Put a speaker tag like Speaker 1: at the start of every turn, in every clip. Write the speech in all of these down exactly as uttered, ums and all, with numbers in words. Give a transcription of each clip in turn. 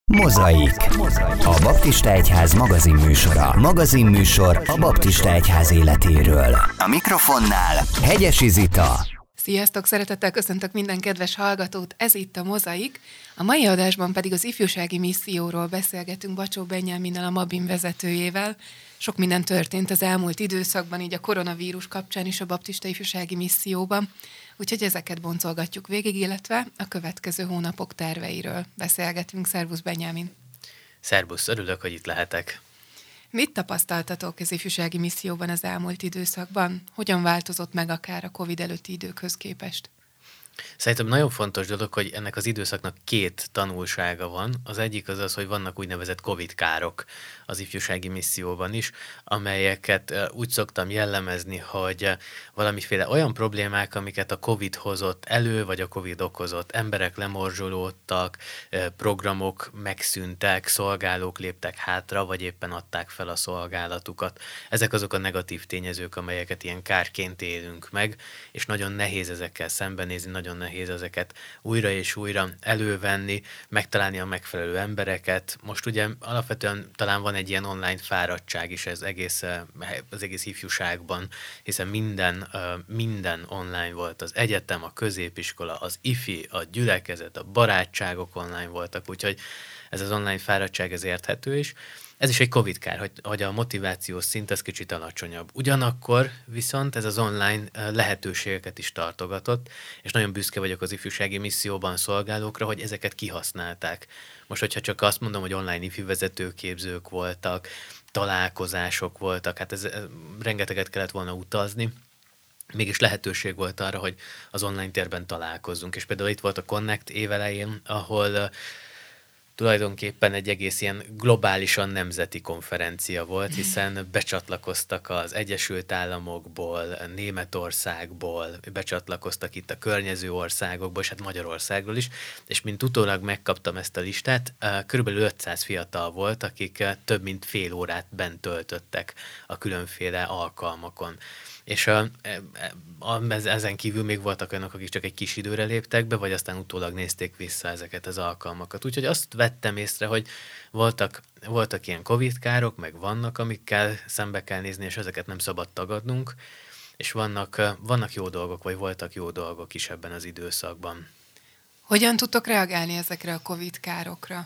Speaker 1: Mozaik. A Baptista Egyház magazinműsora. Magazinműsor a Baptista Egyház életéről. A mikrofonnál Hegyesi Zita.
Speaker 2: Sziasztok! Szeretettel köszöntök minden kedves hallgatót, ez itt a Mozaik. A mai adásban pedig az ifjúsági misszióról beszélgetünk Bacsó Benyáminnal, a Mabin vezetőjével. Sok minden történt az elmúlt időszakban, így a koronavírus kapcsán is a Baptista ifjúsági misszióban. Úgyhogy ezeket boncolgatjuk végig, illetve a következő hónapok terveiről beszélgetünk. Szervusz, Benyámin!
Speaker 3: Szervusz, örülök, hogy itt lehetek.
Speaker 2: Mit tapasztaltatok az ifjúsági misszióban az elmúlt időszakban? Hogyan változott meg akár a Covid előtti időkhöz képest?
Speaker 3: Szerintem nagyon fontos dolog, hogy ennek az időszaknak két tanulsága van. Az egyik az az, hogy vannak úgynevezett Covid károk az ifjúsági misszióban is, amelyeket úgy szoktam jellemezni, hogy valamiféle olyan problémák, amiket a Covid hozott elő, vagy a Covid okozott. Emberek lemorzsolódtak, programok megszűntek, szolgálók léptek hátra, vagy éppen adták fel a szolgálatukat. Ezek azok a negatív tényezők, amelyeket ilyen kárként élünk meg, és nagyon nehéz ezekkel szembenézni, nagyon nehéz ezeket újra és újra elővenni, megtalálni a megfelelő embereket. Most ugye alapvetően talán van egy ilyen online fáradtság is ez egész, az egész ifjúságban, hiszen minden, minden online volt, az egyetem, a középiskola, az ifi, a gyülekezet, a barátságok online voltak, úgyhogy ez az online fáradtság ez érthető is. Ez is egy Covid kár, hogy, hogy a motivációs szint az kicsit alacsonyabb. Ugyanakkor viszont ez az online lehetőségeket is tartogatott, és nagyon büszke vagyok az ifjúsági misszióban szolgálókra, hogy ezeket kihasználták. Most, hogyha csak azt mondom, hogy online ifjú vezetőképzők voltak, találkozások voltak, hát ez, ez rengeteget kellett volna utazni, mégis lehetőség volt arra, hogy az online térben találkozzunk. És például itt volt a Connect évelején, ahol tulajdonképpen egy egész ilyen globálisan nemzeti konferencia volt, hiszen becsatlakoztak az Egyesült Államokból, Németországból, becsatlakoztak itt a környező országokból, és hát Magyarországról is, és mint utólag megkaptam ezt a listát, körülbelül ötszáz fiatal volt, akik több mint fél órát bent töltöttek a különféle alkalmakon. És a, a, ezen kívül még voltak olyanok, akik csak egy kis időre léptek be, vagy aztán utólag nézték vissza ezeket az alkalmakat. Úgyhogy azt vettem észre, hogy voltak, voltak ilyen Covid károk, meg vannak, amikkel szembe kell nézni, és ezeket nem szabad tagadnunk, és vannak, vannak jó dolgok, vagy voltak jó dolgok is ebben az időszakban.
Speaker 2: Hogyan tudtok reagálni ezekre a Covid károkra?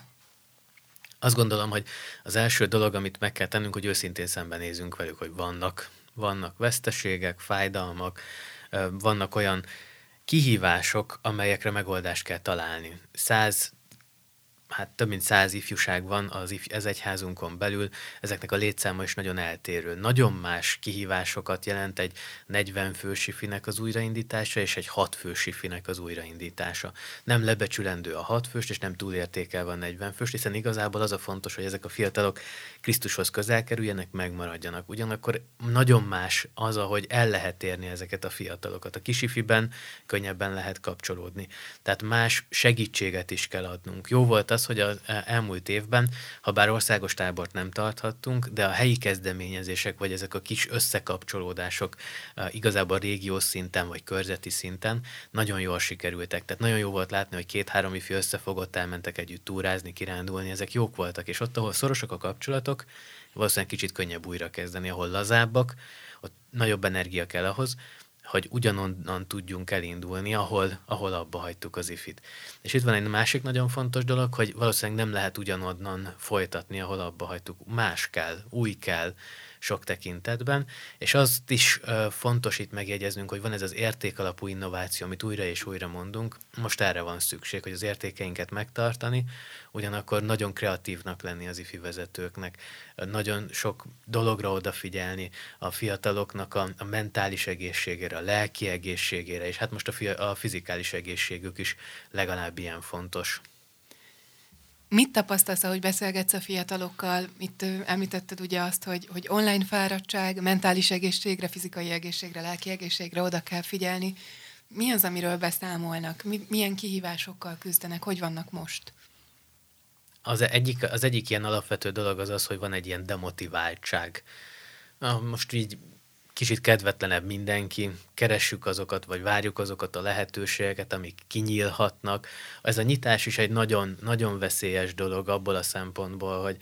Speaker 3: Azt gondolom, hogy az első dolog, amit meg kell tennünk, hogy őszintén szembenézünk velük, hogy vannak Vannak veszteségek, fájdalmak, vannak olyan kihívások, amelyekre megoldást kell találni. Száz, hát több mint száz ifjúság van az, if- az egyházunkon belül, ezeknek a létszáma is nagyon eltérő. Nagyon más kihívásokat jelent egy negyven fős ifinek az újraindítása, és egy hat fős ifinek az újraindítása. Nem lebecsülendő a hat fős, és nem túlértékelve a negyven fős, hiszen igazából az a fontos, hogy ezek a fiatalok Krisztushoz közel kerüljenek, megmaradjanak. Ugyanakkor nagyon más az, ahogy el lehet érni ezeket a fiatalokat. A kisifiben könnyebben lehet kapcsolódni. Tehát más segítséget is kell adnunk. Jó volt az, hogy az elmúlt évben, ha bár országos tábort nem tarthattunk, de a helyi kezdeményezések, vagy ezek a kis összekapcsolódások igazából régiós szinten, vagy körzeti szinten nagyon jól sikerültek. Tehát nagyon jó volt látni, hogy két-három ifjú összefogott, elmentek együtt túrázni, kirándulni, ezek jók voltak, és ott, ahol szorosak a kapcsolatok, valószínűleg kicsit könnyebb újra kezdeni, ahol lazábbak, ott nagyobb energia kell ahhoz, hogy ugyanonnan tudjunk elindulni, ahol, ahol abba hagytuk az ifit. És itt van egy másik nagyon fontos dolog, hogy valószínűleg nem lehet ugyanonnan folytatni, ahol abba hagytuk. Más kell, új kell sok tekintetben, és azt is uh, fontos itt megjegyeznünk, hogy van ez az értékalapú innováció, amit újra és újra mondunk. Most erre van szükség, hogy az értékeinket megtartani, ugyanakkor nagyon kreatívnak lenni az ifi vezetőknek, nagyon sok dologra odafigyelni, a fiataloknak a, a mentális egészségére, a lelki egészségére, és hát most a, fi- a fizikális egészségük is legalább ilyen fontos.
Speaker 2: Mit tapasztalsz, ahogy beszélgetsz a fiatalokkal? Itt említetted ugye azt, hogy, hogy online fáradtság, mentális egészségre, fizikai egészségre, lelki egészségre oda kell figyelni. Mi az, amiről beszámolnak? Mi, milyen kihívásokkal küzdenek? Hogy vannak most?
Speaker 3: Az egyik, az egyik ilyen alapvető dolog az az, hogy van egy ilyen demotiváltság. Most így kicsit kedvetlenebb mindenki, keressük azokat, vagy várjuk azokat a lehetőségeket, amik kinyílhatnak. Ez a nyitás is egy nagyon, nagyon veszélyes dolog abból a szempontból, hogy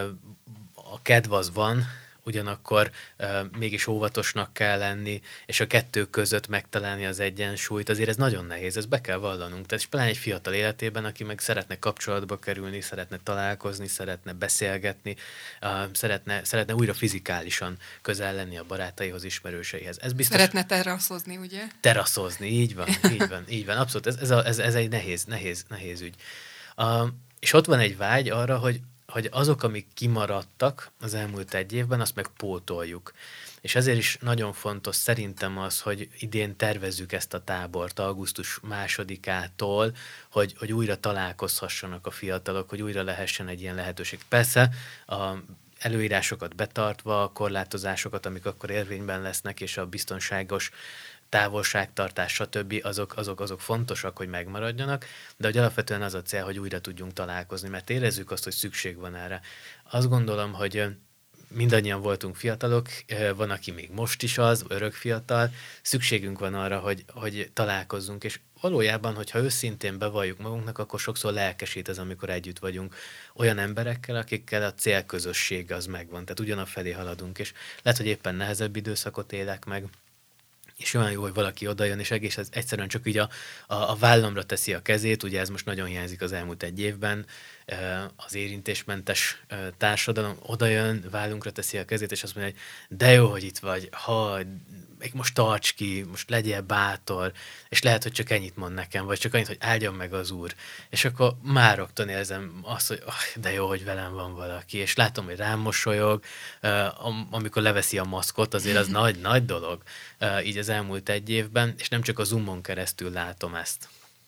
Speaker 3: a kedv az van, ugyanakkor uh, mégis óvatosnak kell lenni, és a kettő között megtalálni az egyensúlyt, azért ez nagyon nehéz, ezt be kell vallanunk. Tehát pláne egy fiatal életében, aki meg szeretne kapcsolatba kerülni, szeretne találkozni, szeretne beszélgetni, uh, szeretne, szeretne újra fizikálisan közel lenni a barátaihoz, ismerőseihez. Ez biztos,
Speaker 2: szeretne teraszozni, ugye?
Speaker 3: Teraszozni, így van, így van, így van. Abszolút, ez, ez, a, ez, ez egy nehéz, nehéz, nehéz ügy. Uh, és ott van egy vágy arra, hogy hogy azok, amik kimaradtak az elmúlt egy évben, azt meg pótoljuk. És ezért is nagyon fontos szerintem az, hogy idén tervezzük ezt a tábort augusztus másodikától, hogy, hogy újra találkozhassanak a fiatalok, hogy újra lehessen egy ilyen lehetőség. Persze a előírásokat betartva, a korlátozásokat, amik akkor érvényben lesznek, és a biztonságos távolságtartás, stb. Azok, azok, azok fontosak, hogy megmaradjanak, de hogy alapvetően az a cél, hogy újra tudjunk találkozni, mert érezzük azt, hogy szükség van erre. Azt gondolom, hogy mindannyian voltunk fiatalok, van, aki még most is az, örök fiatal, szükségünk van arra, hogy, hogy találkozzunk, és valójában, hogyha őszintén bevalljuk magunknak, akkor sokszor lelkesít ez, amikor együtt vagyunk olyan emberekkel, akikkel a célközösség az megvan, tehát ugyanafelé haladunk, és lehet, hogy éppen nehezebb időszakot élek meg, és olyan jó, hogy valaki odajön, és egész egyszerűen csak így a, a, a vállamra teszi a kezét, ugye ez most nagyon hiányzik az elmúlt egy évben, az érintésmentes társadalom odajön, vállunkra teszi a kezét, és azt mondja, hogy de jó, hogy itt vagy, ha még most tarts ki, most legyél bátor, és lehet, hogy csak ennyit mond nekem, vagy csak annyit, hogy áldjon meg az Úr. És akkor már rögtön érzem azt, hogy oh, de jó, hogy velem van valaki, és látom, hogy rám mosolyog, amikor leveszi a maszkot, azért az nagy, nagy dolog így az elmúlt egy évben, és nem csak a Zoomon keresztül látom ezt.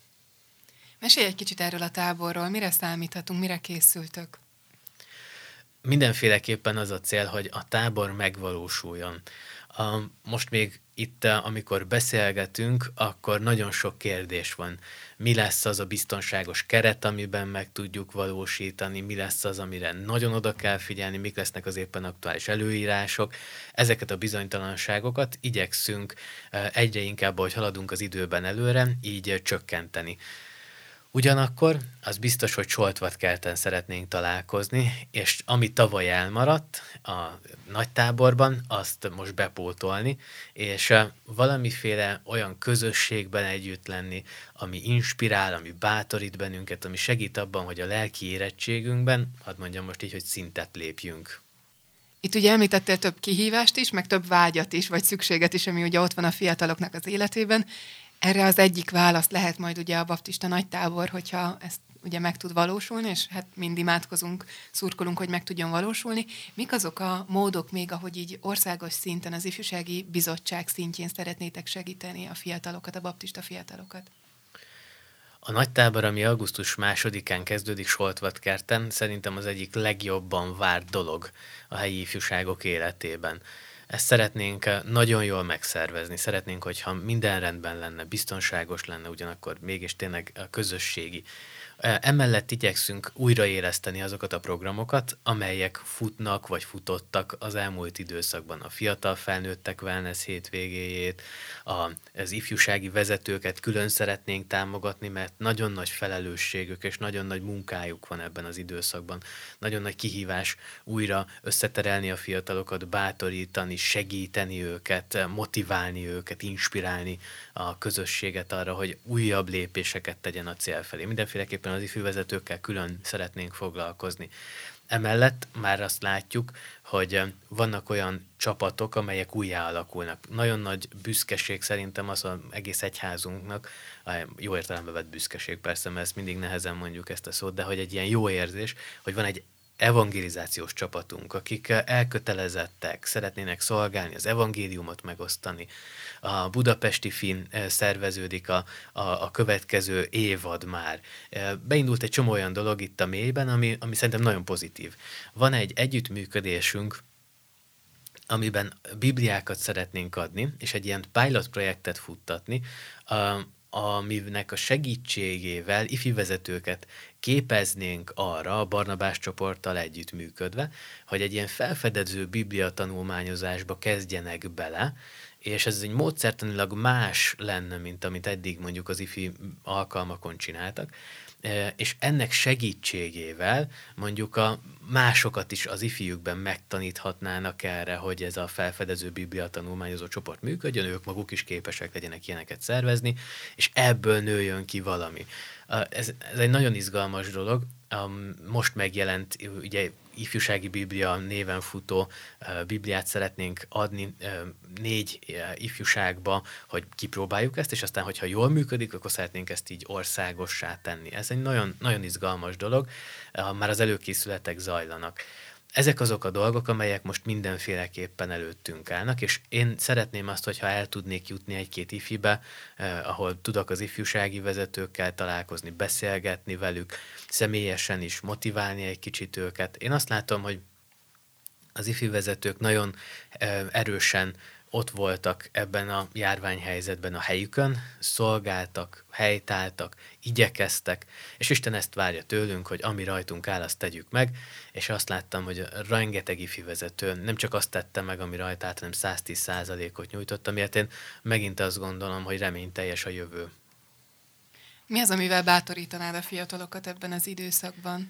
Speaker 2: Mesélj egy kicsit erről a táborról, mire számíthatunk, mire készültök?
Speaker 3: Mindenféleképpen az a cél, hogy a tábor megvalósuljon. A, most még itt, amikor beszélgetünk, akkor nagyon sok kérdés van. Mi lesz az a biztonságos keret, amiben meg tudjuk valósítani, mi lesz az, amire nagyon oda kell figyelni, mik lesznek az éppen aktuális előírások. Ezeket a bizonytalanságokat igyekszünk egyre inkább, ahogy haladunk az időben előre, így csökkenteni. Ugyanakkor az biztos, hogy Soltvatkerten szeretnénk találkozni, és ami tavaly elmaradt a nagy táborban, azt most bepótolni, és valamiféle olyan közösségben együtt lenni, ami inspirál, ami bátorít bennünket, ami segít abban, hogy a lelki érettségünkben, hadd mondjam most így, hogy szintet lépjünk.
Speaker 2: Itt ugye említettél több kihívást is, meg több vágyat is, vagy szükséget is, ami ugye ott van a fiataloknak az életében. Erre az egyik válasz lehet majd ugye a baptista nagytábor, hogyha ezt ugye meg tud valósulni, és hát mind imádkozunk, szurkolunk, hogy meg tudjon valósulni. Mik azok a módok még, ahogy így országos szinten, az ifjúsági bizottság szintjén szeretnétek segíteni a fiatalokat, a baptista fiatalokat?
Speaker 3: A nagytábor, ami augusztus másodikán kezdődik Soltvatkerten, szerintem az egyik legjobban várt dolog a helyi ifjúságok életében. Ezt szeretnénk nagyon jól megszervezni, szeretnénk, hogyha minden rendben lenne, biztonságos lenne, ugyanakkor mégis tényleg közösségi. Emellett igyekszünk újraéleszteni azokat a programokat, amelyek futnak vagy futottak az elmúlt időszakban. A fiatal felnőttek wellness hétvégéjét, az ifjúsági vezetőket külön szeretnénk támogatni, mert nagyon nagy felelősségük és nagyon nagy munkájuk van ebben az időszakban. Nagyon nagy kihívás újra összeterelni a fiatalokat, bátorítani, segíteni őket, motiválni őket, inspirálni a közösséget arra, hogy újabb lépéseket tegyen a cél felé. Mindenféleképpen az ifjúvezetőkkel külön szeretnénk foglalkozni. Emellett már azt látjuk, hogy vannak olyan csapatok, amelyek újjá alakulnak. Nagyon nagy büszkeség szerintem az az egész egyházunknak, jó értelembe vett büszkeség persze, mert ezt mindig nehezen mondjuk ezt a szót, de hogy egy ilyen jó érzés, hogy van egy evangelizációs csapatunk, akik elkötelezettek, szeretnének szolgálni, az evangéliumot megosztani. A budapesti fin szerveződik a, a, a következő évad már. Beindult egy csomó olyan dolog itt a mélyben, ami, ami szerintem nagyon pozitív. Van egy együttműködésünk, amiben bibliákat szeretnénk adni, és egy ilyen pilot projektet futtatni, aminek a segítségével ifi vezetőket képeznénk arra a Barnabás csoporttal együttműködve, hogy egy ilyen felfedező biblia tanulmányozásba kezdjenek bele, és ez egy módszertanilag más lenne, mint amit eddig mondjuk az ifi alkalmakon csináltak, és ennek segítségével mondjuk a másokat is az ifjükben megtaníthatnának erre, hogy ez a felfedező biblia tanulmányozó csoport működjön, ők maguk is képesek legyenek ilyeneket szervezni, és ebből nőjön ki valami. Ez, ez egy nagyon izgalmas dolog. Most megjelent, ugye ifjúsági biblia néven futó bibliát szeretnénk adni négy ifjúságba, hogy kipróbáljuk ezt, és aztán, hogyha jól működik, akkor szeretnénk ezt így országossá tenni. Ez egy nagyon, nagyon izgalmas dolog, már az előkészületek zajlanak. Ezek azok a dolgok, amelyek most mindenféleképpen előttünk állnak, és én szeretném azt, hogyha el tudnék jutni egy-két ifibe, eh, ahol tudok az ifjúsági vezetőkkel találkozni, beszélgetni velük, személyesen is motiválni egy kicsit őket. Én azt látom, hogy az ifi vezetők nagyon eh, erősen ott voltak ebben a járványhelyzetben a helyükön, szolgáltak, helytáltak, igyekeztek, és Isten ezt várja tőlünk, hogy ami rajtunk áll, azt tegyük meg, és azt láttam, hogy rengeteg ifi vezető nem csak azt tette meg, ami rajta állt, hanem száztíz százalékot nyújtott, amiért én megint azt gondolom, hogy reményteljes a jövő.
Speaker 2: Mi az, amivel bátorítanád a fiatalokat ebben az időszakban?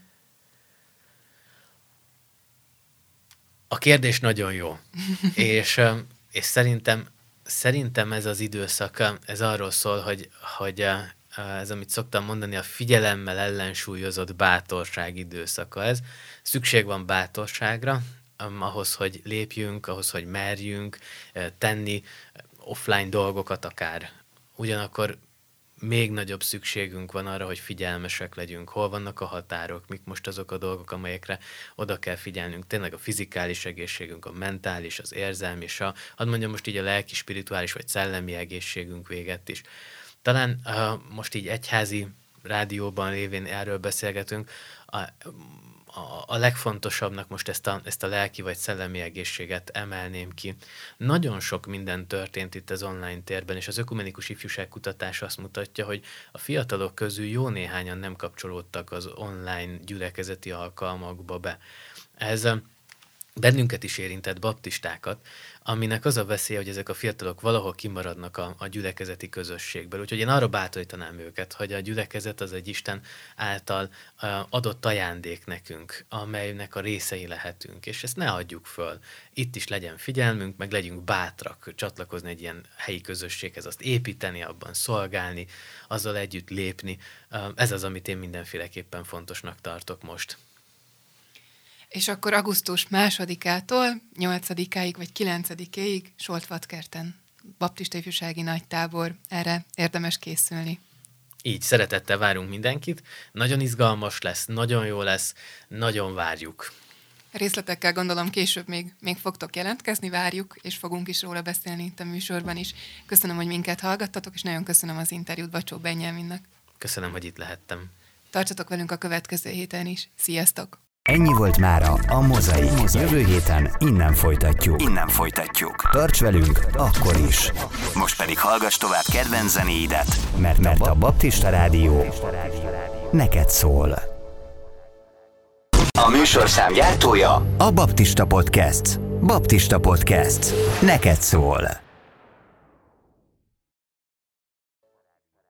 Speaker 3: A kérdés nagyon jó, és... És szerintem, szerintem ez az időszak, ez arról szól, hogy, hogy ez, amit szoktam mondani, a figyelemmel ellensúlyozott bátorság időszaka ez. Szükség van bátorságra, ahhoz, hogy lépjünk, ahhoz, hogy merjünk tenni offline dolgokat akár. Ugyanakkor még nagyobb szükségünk van arra, hogy figyelmesek legyünk. Hol vannak a határok, mik most azok a dolgok, amelyekre oda kell figyelnünk. Tényleg a fizikális egészségünk, a mentális, az érzelmi, és a, hadd mondjam most így a lelki, spirituális vagy szellemi egészségünk véget is. Talán uh, most így egyházi rádióban lévén erről beszélgetünk, a, a, a legfontosabbnak most ezt a, ezt a lelki vagy szellemi egészséget emelném ki. Nagyon sok minden történt itt az online térben, és az ökumenikus ifjúságkutatás azt mutatja, hogy a fiatalok közül jó néhányan nem kapcsolódtak az online gyülekezeti alkalmakba be. Ez bennünket is érintett, baptistákat, aminek az a veszélye, hogy ezek a fiatalok valahol kimaradnak a, a gyülekezeti közösségből. Úgyhogy én arra bátorítanám őket, hogy a gyülekezet az egy Isten által uh, adott ajándék nekünk, amelynek a részei lehetünk, és ezt ne adjuk föl. Itt is legyen figyelmünk, meg legyünk bátrak csatlakozni egy ilyen helyi közösséghez, azt építeni, abban szolgálni, azzal együtt lépni. Uh, ez az, amit én mindenféleképpen fontosnak tartok most.
Speaker 2: És akkor augusztus másodikától nyolcadikáig vagy kilencedikéig Soltvatkerten baptista ifjúsági nagytábor, erre érdemes készülni.
Speaker 3: Így, szeretettel várunk mindenkit, nagyon izgalmas lesz, nagyon jó lesz, nagyon várjuk.
Speaker 2: Részletekkel gondolom később még, még fogtok jelentkezni, várjuk, és fogunk is róla beszélni itt a műsorban is. Köszönöm, hogy minket hallgattatok, és nagyon köszönöm az interjút Bacsó Benyáminnak.
Speaker 3: Köszönöm, hogy itt lehettem.
Speaker 2: Tartsatok velünk a következő héten is. Sziasztok!
Speaker 1: Ennyi volt mára a Mozaik. Jövő héten innen folytatjuk. Innen folytatjuk. Tarts velünk akkor is. Most pedig hallgass tovább kedvenc zenéidet, mert, mert a Baptista Rádió neked szól. A műsorszám gyártója a Baptista Podcast. Baptista Podcast. Neked szól.